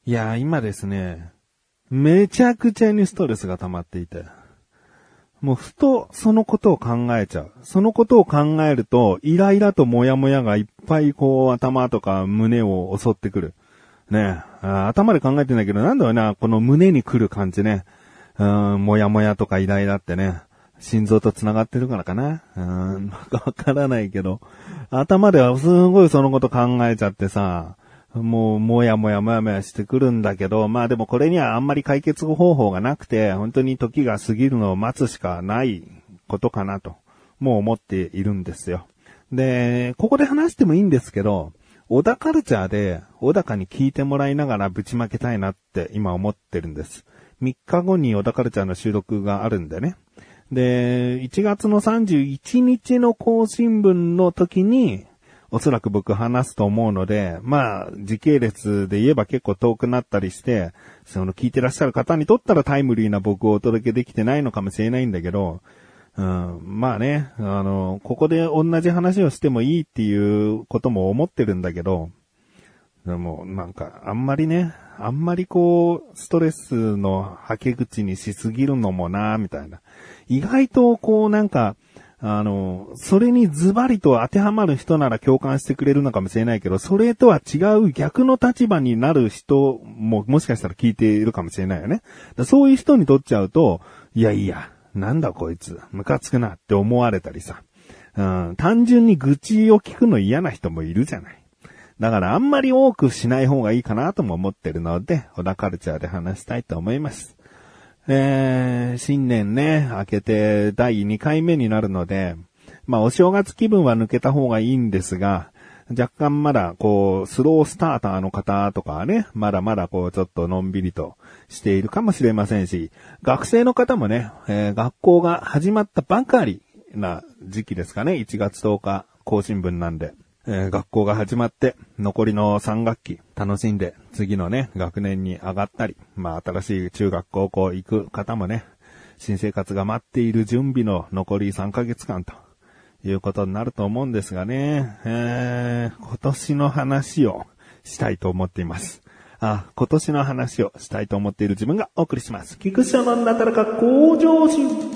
いやー、今ですね、めちゃくちゃにストレスが溜まっていて、もうふとそのことを考えちゃう。そのことを考えると、イライラとモヤモヤがいっぱいこう頭とか胸を襲ってくる。ね頭で考えてんだけど、なんだろうな、この胸に来る感じね。モヤモヤとかイライラってね、心臓と繋がってるからかな。わからないけど、頭ではすごいそのこと考えちゃってさ、もう、もやもやしてくるんだけど、まあでもこれにはあんまり解決方法がなくて、本当に時が過ぎるのを待つしかないことかなと、もう思っているんですよ。で、ここで話してもいいんですけど、小田カルチャーで小高に聞いてもらいながらぶちまけたいなって今思ってるんです。3日後に小田カルチャーの収録があるんでね。で、1月の31日の更新分の時に、おそらく僕話すと思うので、まあ、時系列で言えば結構遠くなったりして、その聞いてらっしゃる方にとったらタイムリーな僕をお届けできてないのかもしれないんだけど、まあね、ここで同じ話をしてもいいっていうことも思ってるんだけど、でもなんかあんまりこう、ストレスの吐け口にしすぎるのもな、みたいな。意外とこうなんか、それにズバリと当てはまる人なら共感してくれるのかもしれないけど、それとは違う逆の立場になる人ももしかしたら聞いているかもしれないよね。そういう人にとっちゃうと、いやいや、なんだこいつ、ムカつくなって思われたりさ。単純に愚痴を聞くの嫌な人もいるじゃない。だからあんまり多くしない方がいいかなとも思ってるので、小田カルチャーで話したいと思います。新年ね、明けて第2回目になるので、まあお正月気分は抜けた方がいいんですが、若干まだこうスロースターターの方とかはね、まだまだこうちょっとのんびりとしているかもしれませんし、学生の方もね、学校が始まったばかりな時期ですかね、1月10日更新分なんで。学校が始まって、残りの3学期楽しんで、次のね、学年に上がったり、まあ新しい中学高校行く方もね、新生活が待っている準備の残り3ヶ月間ということになると思うんですがね、今年の話をしたいと思っています。今年の話をしたいと思っている自分がお送りします。菊池のなだらか向上心。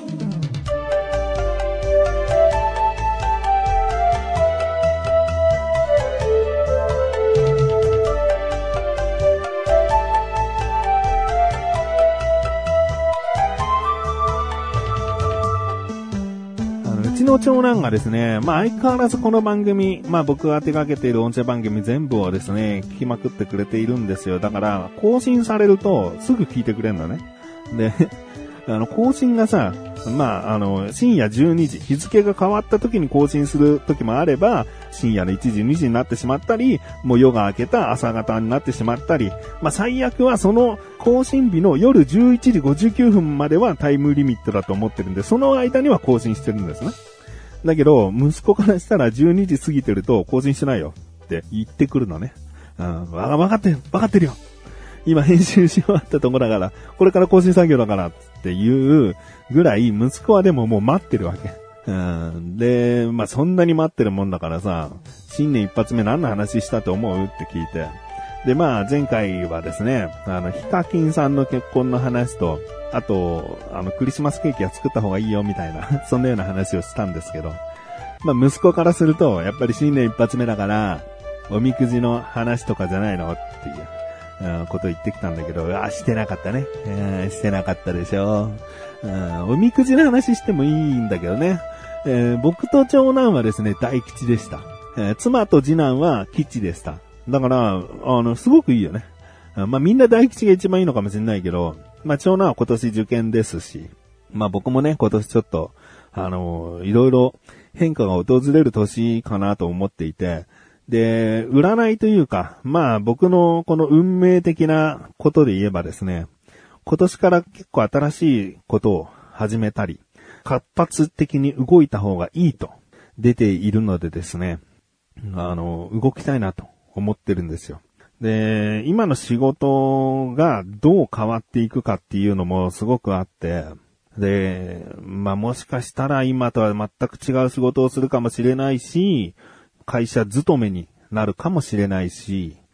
うちの長男がですね、まあ相変わらずこの番組、まあ僕が手掛けている音声番組全部をですね、聞きまくってくれているんですよ。だから更新されるとすぐ聞いてくれるのね。で、更新がさ、まあ深夜12時、日付が変わった時に更新する時もあれば、深夜の1時、2時になってしまったり、もう夜が明けた朝方になってしまったり、まあ最悪はその更新日の夜11時59分まではタイムリミットだと思ってるんで、その間には更新してるんですね。だけど、息子からしたら12時過ぎてると更新してないよって言ってくるのね。わかってるよ。今編集し終わったところだから、これから更新作業だからっていうぐらい、息子はでももう待ってるわけ。で、まあ、そんなに待ってるもんだからさ、新年一発目何の話したと思うって聞いて。で、まあ、前回はですね、ヒカキンさんの結婚の話と、あと、クリスマスケーキは作った方がいいよみたいな、そんなような話をしたんですけど、まあ、息子からすると、やっぱり新年一発目だから、おみくじの話とかじゃないのっていう、ことを言ってきたんだけど、してなかったね。してなかったでしょ。おみくじの話してもいいんだけどね。僕と長男はですね、大吉でした。妻と次男は吉でした。だから、すごくいいよね。まあ、みんな大吉が一番いいのかもしれないけど、まあ、長男は今年受験ですし、まあ、僕もね、今年ちょっと、いろいろ変化が訪れる年かなと思っていて、で、占いというか、まあ、僕のこの運命的なことで言えばですね、今年から結構新しいことを始めたり、活発的に動いた方がいいと出ているのでですね、動きたいなと思ってるんですよ。で、今の仕事がどう変わっていくかっていうのもすごくあって、で、まあもしかしたら今とは全く違う仕事をするかもしれないし、会社勤めになるかもしれないし、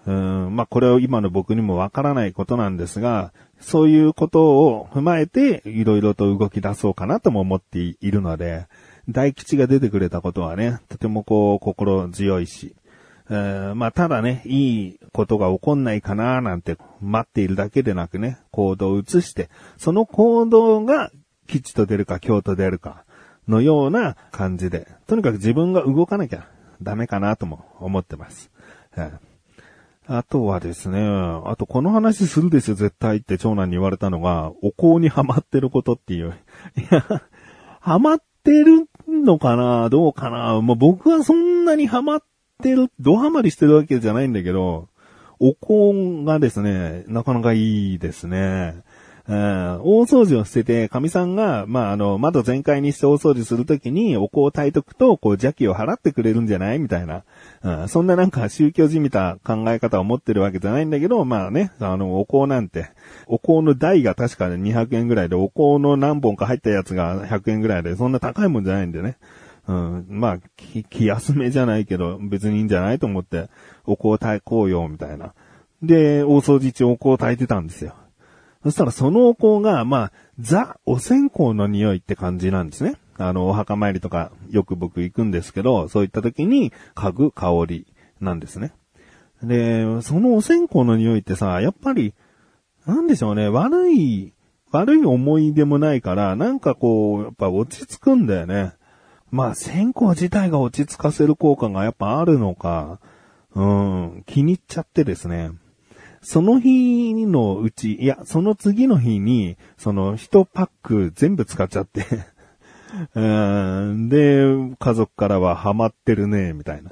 まあこれは今の僕にもわからないことなんですが、そういうことを踏まえていろいろと動き出そうかなとも思っているので、大吉が出てくれたことはね、とても心強いし、まあただね、いいことが起こんないかななんて待っているだけでなくね、行動を移して、その行動が吉と出るか凶と出るかのような感じで、とにかく自分が動かなきゃダメかなとも思ってます。あとはですね、あとこの話するでしょ絶対って長男に言われたのが、お香にハマってることっていう。いや、ハマってるのかなどうかな僕はそんなにハマってる、ドハマりしてるわけじゃないんだけど、お香がですね、なかなかいいですね。大掃除をしてて、神さんが、窓全開にして大掃除するときに、お香を焚いとくと、邪気を払ってくれるんじゃないみたいな。そんななんか宗教じみた考え方を持ってるわけじゃないんだけど、お香なんて、お香の台が確か200円ぐらいで、お香の何本か入ったやつが100円ぐらいで、そんな高いもんじゃないんでね。気休めじゃないけど、別にいいんじゃないと思って、お香焚こうよ、みたいな。で、大掃除中お香を焚いてたんですよ。そしたらそのお香が、ザ・お線香の匂いって感じなんですね。お墓参りとかよく僕行くんですけど、そういった時に嗅ぐ香りなんですね。で、そのお線香の匂いってさ、やっぱり、なんでしょうね、悪い思い出もないから、やっぱ落ち着くんだよね。線香自体が落ち着かせる効果がやっぱあるのか、気に入っちゃってですね。その日のうち、その次の日に、1パック全部使っちゃってで、家族からはハマってるね、みたいな。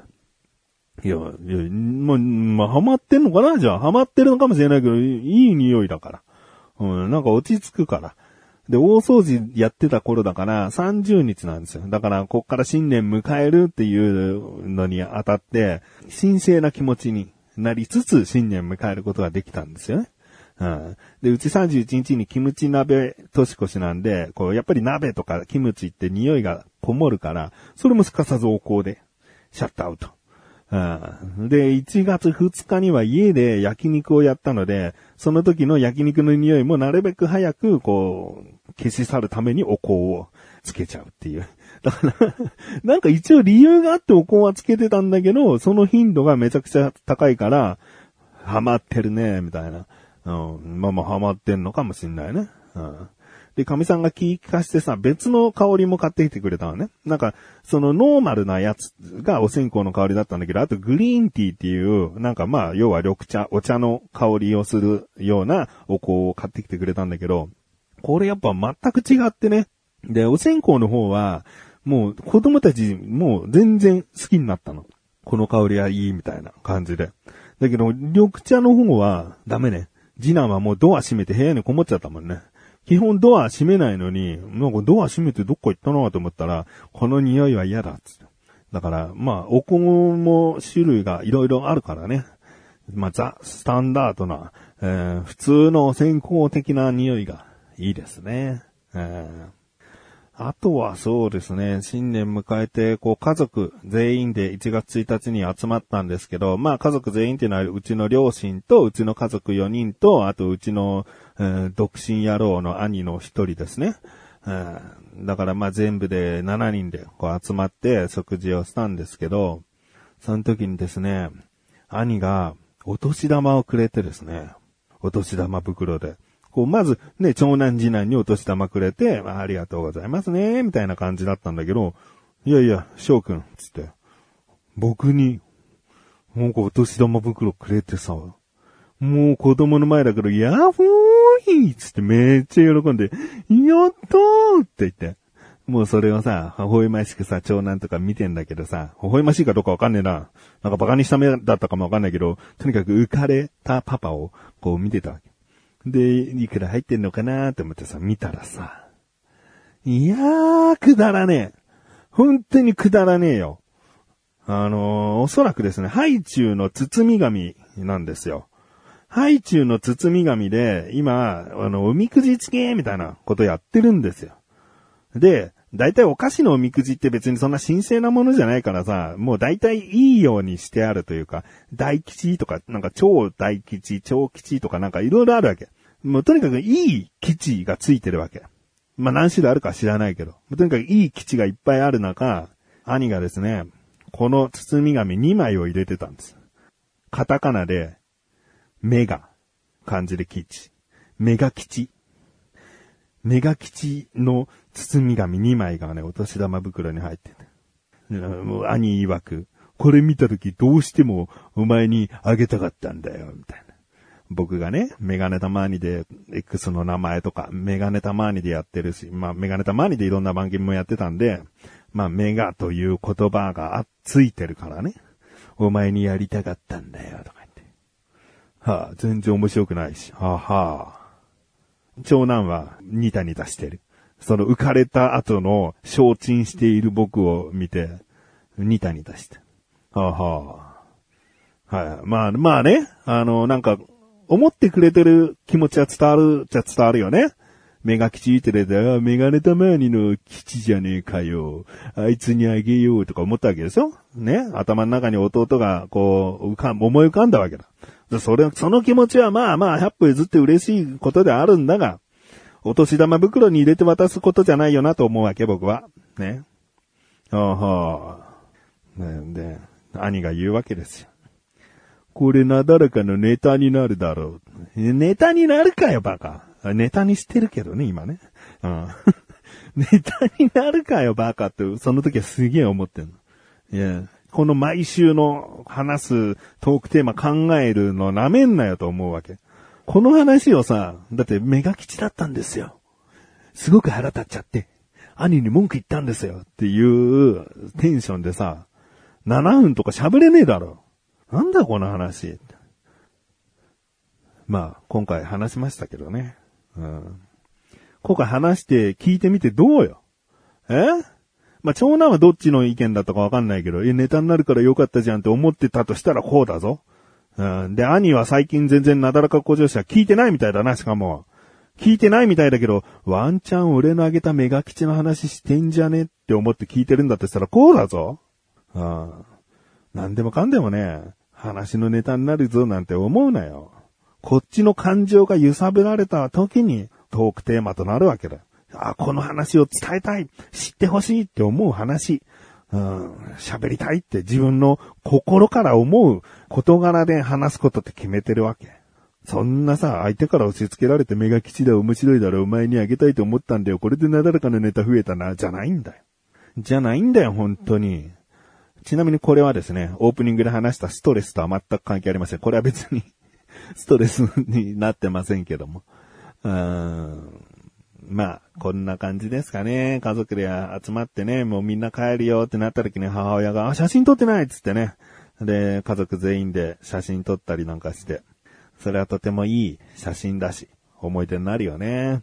ハマってんのかなじゃあ、ハマってるのかもしれないけど、いい匂いだから。なんか落ち着くから。で、大掃除やってた頃だから30日なんですよ。だから、こっから新年迎えるっていうのにあたって、神聖な気持ちになりつつ新年迎えることができたんですよね。で、うち31日にキムチ鍋年越しなんで、やっぱり鍋とかキムチって匂いがこもるから、それもすかさずお香でシャットアウト。で、1月2日には家で焼肉をやったので、その時の焼肉の匂いもなるべく早く、消し去るためにお香をつけちゃうっていう。だからなんか一応理由があってお香はつけてたんだけど、その頻度がめちゃくちゃ高いから、ハマってるね、みたいな。ハマってんのかもしんないね。で、神さんが聞かしてさ、別の香りも買ってきてくれたのね。そのノーマルなやつがお線香の香りだったんだけど、あとグリーンティーっていう、要は緑茶、お茶の香りをするようなお香を買ってきてくれたんだけど、これやっぱ全く違ってね。で、お線香の方は、もう子供たちもう全然好きになったの。この香りはいいみたいな感じで。だけど、緑茶の方はダメね。次男はもうドア閉めて部屋にこもっちゃったもんね。基本ドア閉めないのに、ドア閉めてどっか行ったなと思ったら、この匂いは嫌だっつって。だから、お香も種類がいろいろあるからね。ザ・スタンダードな、普通の線香的な匂いがいいですね。あとはそうですね、新年迎えて、家族全員で1月1日に集まったんですけど、家族全員っていうのは、うちの両親と、うちの家族4人と、あとうちの、独身野郎の兄の1人ですね。だから全部で7人で集まって食事をしたんですけど、その時にですね、兄がお年玉をくれてですね、お年玉袋で。まずね、長男次男にお年玉くれて、ありがとうございますね、みたいな感じだったんだけど、翔くん、つって、僕に、お年玉袋くれてさ、もう子供の前だから、ヤッホーイつってめっちゃ喜んで、やったーって言って、もうそれをさ、微笑ましくさ、長男とか見てんだけどさ、微笑ましいかどうかわかんねえな。なんかバカにした目だったかもわかんないけど、とにかく浮かれたパパを見てたわけ。で、いくら入ってんのかなーって思ってさ、見たらさ、くだらねえ。本当にくだらねえよ。おそらくですね、ハイチュウの包み紙なんですよ。ハイチュウの包み紙で、今、おみくじつけみたいなことやってるんですよ。で、 だいたいお菓子のおみくじって別にそんな神聖なものじゃないからさ、もうだいたいいいようにしてあるというか、大吉とか、なんか超大吉、超吉とかなんかいろいろあるわけ。もうとにかくいい吉がついてるわけ。まあ何種類あるか知らないけど。とにかくいい吉がいっぱいある中、兄がですね、この包み紙2枚を入れてたんです。カタカナで、メガ、漢字で吉。メガ吉。メガ吉の包み紙2枚がね、お年玉袋に入ってて。もう兄曰く、これ見たときどうしてもお前にあげたかったんだよ、みたいな。僕がね、メガネたまーにで X の名前とか、メガネたまーにでやってるし、まあメガネたまーにでいろんな番組もやってたんで、まあメガという言葉がついてるからね。お前にやりたかったんだよ、とか言って。はあ、全然面白くないし。はあはあ。長男はニタニタしてる。その浮かれた後の消沈している僕を見て、ニタニタして。はあはあ。はい。まあね。なんか、思ってくれてる気持ちは伝わるじゃ伝わるよね。メガ吉って出て、メガネたまーにの吉じゃねえかよ。あいつにあげようとか思ったわけでしょね。頭の中に弟がこう、思い浮かんだわけだ。その気持ちはまあ100歩譲って嬉しいことであるんだが、お年玉袋に入れて渡すことじゃないよなと思うわけ、僕は。ね。で、兄が言うわけですよ。これなだらかのネタになるだろう。ネタになるかよ、バカ。ネタにしてるけどね、今ね。ネタになるかよ、バカって、その時はすげえ思ってんの。いや、この毎週の話すトークテーマ考えるの舐めんなよと思うわけ。この話をさ、だってメガ吉だったんですよ。すごく腹立っちゃって、兄に文句言ったんですよっていうテンションでさ、7分とか喋れねえだろ。なんだこの話。まあ、今回話しましたけどね。今回話して聞いてみてどうよ。まあ、長男はどっちの意見だったかわかんないけど、ネタになるからよかったじゃんって思ってたとしたらこうだぞ。で、兄は最近全然なだらか向上心は聞いてないみたいだな、しかも。聞いてないみたいだけど、ワンチャン俺のあげたメガ吉の話してんじゃねって思って聞いてるんだとしたらこうだぞ。なんでもかんでもね、話のネタになるぞなんて思うなよ。こっちの感情が揺さぶられた時にトークテーマとなるわけだ。この話を伝えたい、知ってほしいって思う話、喋りたいって自分の心から思う事柄で話すことって決めてるわけ。そんなさ、相手から押し付けられてメガ吉だ面白いだろお前にあげたいと思ったんだよ。これでなだらかなネタ増えたな。じゃないんだよ。じゃないんだよ、本当に。ちなみにこれはですね、オープニングで話したストレスとは全く関係ありません。これは別にストレスになってませんけども。まあ、こんな感じですかね。家族で集まってね、もうみんな帰るよってなった時に母親が、写真撮ってないっつってね。で、家族全員で写真撮ったりなんかして。それはとてもいい写真だし、思い出になるよね。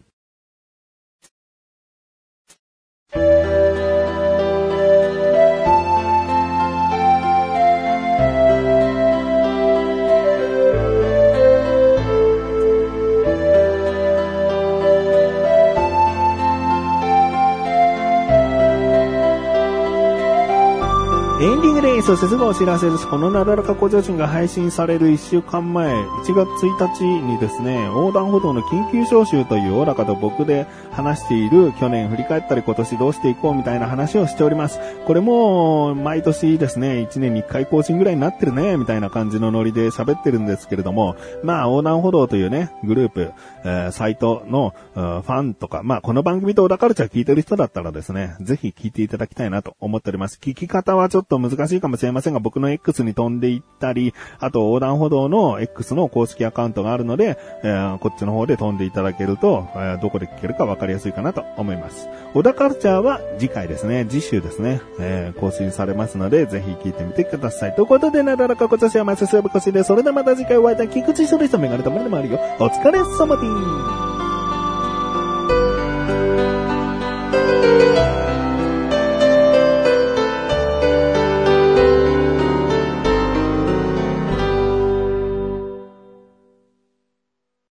エンディングです。そしてすぐお知らせです。このなだらか向上心が配信される1週間前、1月1日にですね、横断歩道の緊急招集というおらかと僕で話している去年振り返ったり今年どうしていこうみたいな話をしております。これも毎年ですね、1年に1回更新ぐらいになってるね、みたいな感じのノリで喋ってるんですけれども、まあ横断歩道というね、グループ、サイトのファンとか、まあこの番組と小田カルチャー聞いてる人だったらですね、ぜひ聞いていただきたいなと思っております。聞き方はちょっと難しいかもしれませんが、僕の X に飛んでいったり、あと横断歩道の X の公式アカウントがあるので、こっちの方で飛んでいただけると、どこで聞けるか分かりやすいかなと思います。小田カルチャーは次回ですね、次週ですね、更新されますので、ぜひ聞いてみてください。ということで、なだらかこちらしやませすやぶこしで、それではまた次回お会いいたい菊池処理したメガネたまりでもあるよ。お疲れ様です。